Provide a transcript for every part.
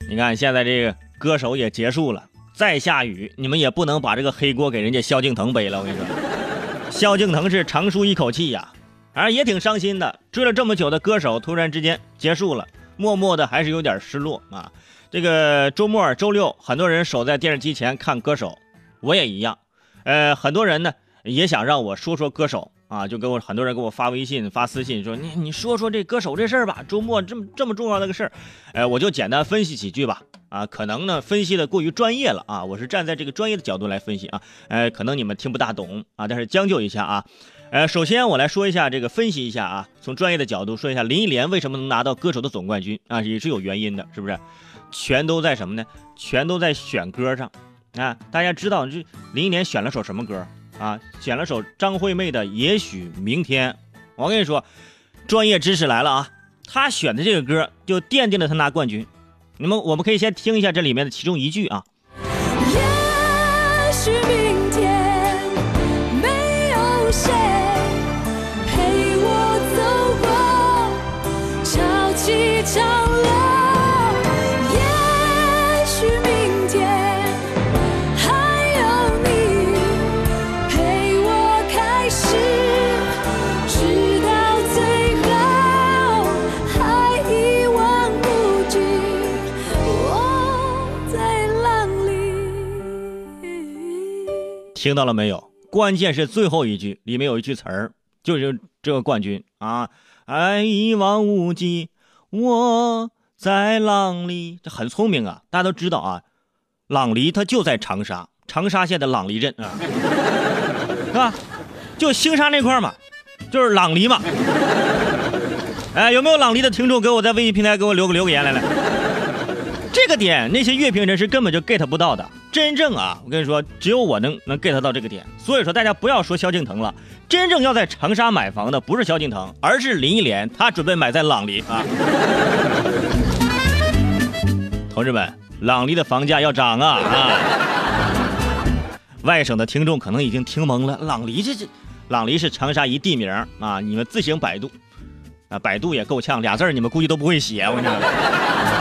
你看现在这个歌手也结束了，再下雨你们也不能把这个黑锅给人家萧敬腾背了。我跟你说，萧敬腾是长舒一口气呀，也挺伤心的。追了这么久的歌手突然之间结束了，默默的还是有点失落啊。这个周末周六，很多人守在电视机前看歌手，我也一样。很多人呢也想让我说说歌手啊，就给我很多人给我发微信发私信说你说说这歌手这事儿吧，周末这么重要的个事儿，我就简单分析几句吧。可能呢分析的过于专业了啊，我是站在这个专业的角度来分析啊，可能你们听不大懂啊，但是将就一下啊。首先我来说一下这个分析一下啊，从专业的角度说一下林忆莲为什么能拿到歌手的总冠军啊，也是有原因的，是不是？全都在什么呢？全都在选歌上啊！大家知道这林忆莲选了首什么歌啊？选了首张惠妹的《也许明天》。我跟你说，专业知识来了啊！她选的这个歌就奠定了她拿冠军。我们可以先听一下这里面的其中一句啊。 也许明天没有谁陪我走过潮起潮落。 听到了没有？关键是最后一句，里面有一句词儿，就是这个冠军啊，爱一望无际，我在朗黎。这很聪明啊，大家都知道啊，朗黎它就在长沙，长沙县的朗黎镇啊，是吧？就兴沙那块嘛，就是朗黎嘛。有没有朗黎的听众给我在微信平台给我留个言来？这个点那些乐评人是根本就 get 不到的。真正啊，我跟你说，只有我能 get 到这个点。所以说大家不要说萧敬腾了，真正要在长沙买房的不是萧敬腾，而是林忆莲，她准备买在朗黎啊。同志们，朗黎的房价要涨啊！外省的听众可能已经听懵了，朗黎是长沙一地名啊，你们自行百度啊，百度也够呛，俩字你们估计都不会写，我跟你说。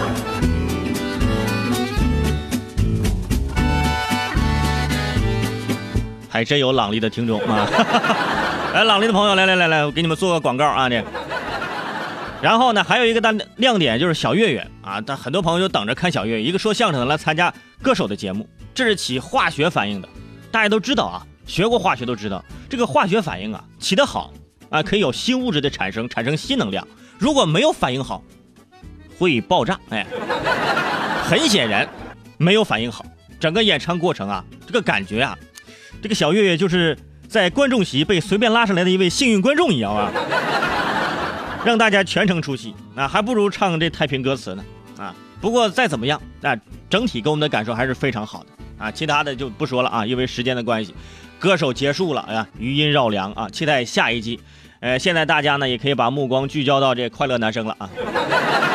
还真有朗黎的听众啊！来，朗黎的朋友，来，我给你们做个广告啊！这，然后呢，还有一个亮点就是小岳岳啊，但很多朋友就等着看小岳岳，一个说相声的来参加歌手的节目，这是起化学反应的。大家都知道啊，学过化学都知道，这个化学反应啊起得好啊，可以有新物质的产生新能量；如果没有反应好，会爆炸。很显然没有反应好，整个演唱过程啊，这个感觉啊。这个小岳岳就是在观众席被随便拉上来的一位幸运观众一样啊，让大家全程出戏啊，还不如唱这太平歌词呢啊。不过再怎么样啊，整体给我们的感受还是非常好的啊。其他的就不说了啊，因为时间的关系，歌手结束了啊，余音绕梁啊，期待下一季。现在大家呢也可以把目光聚焦到这快乐男生了啊。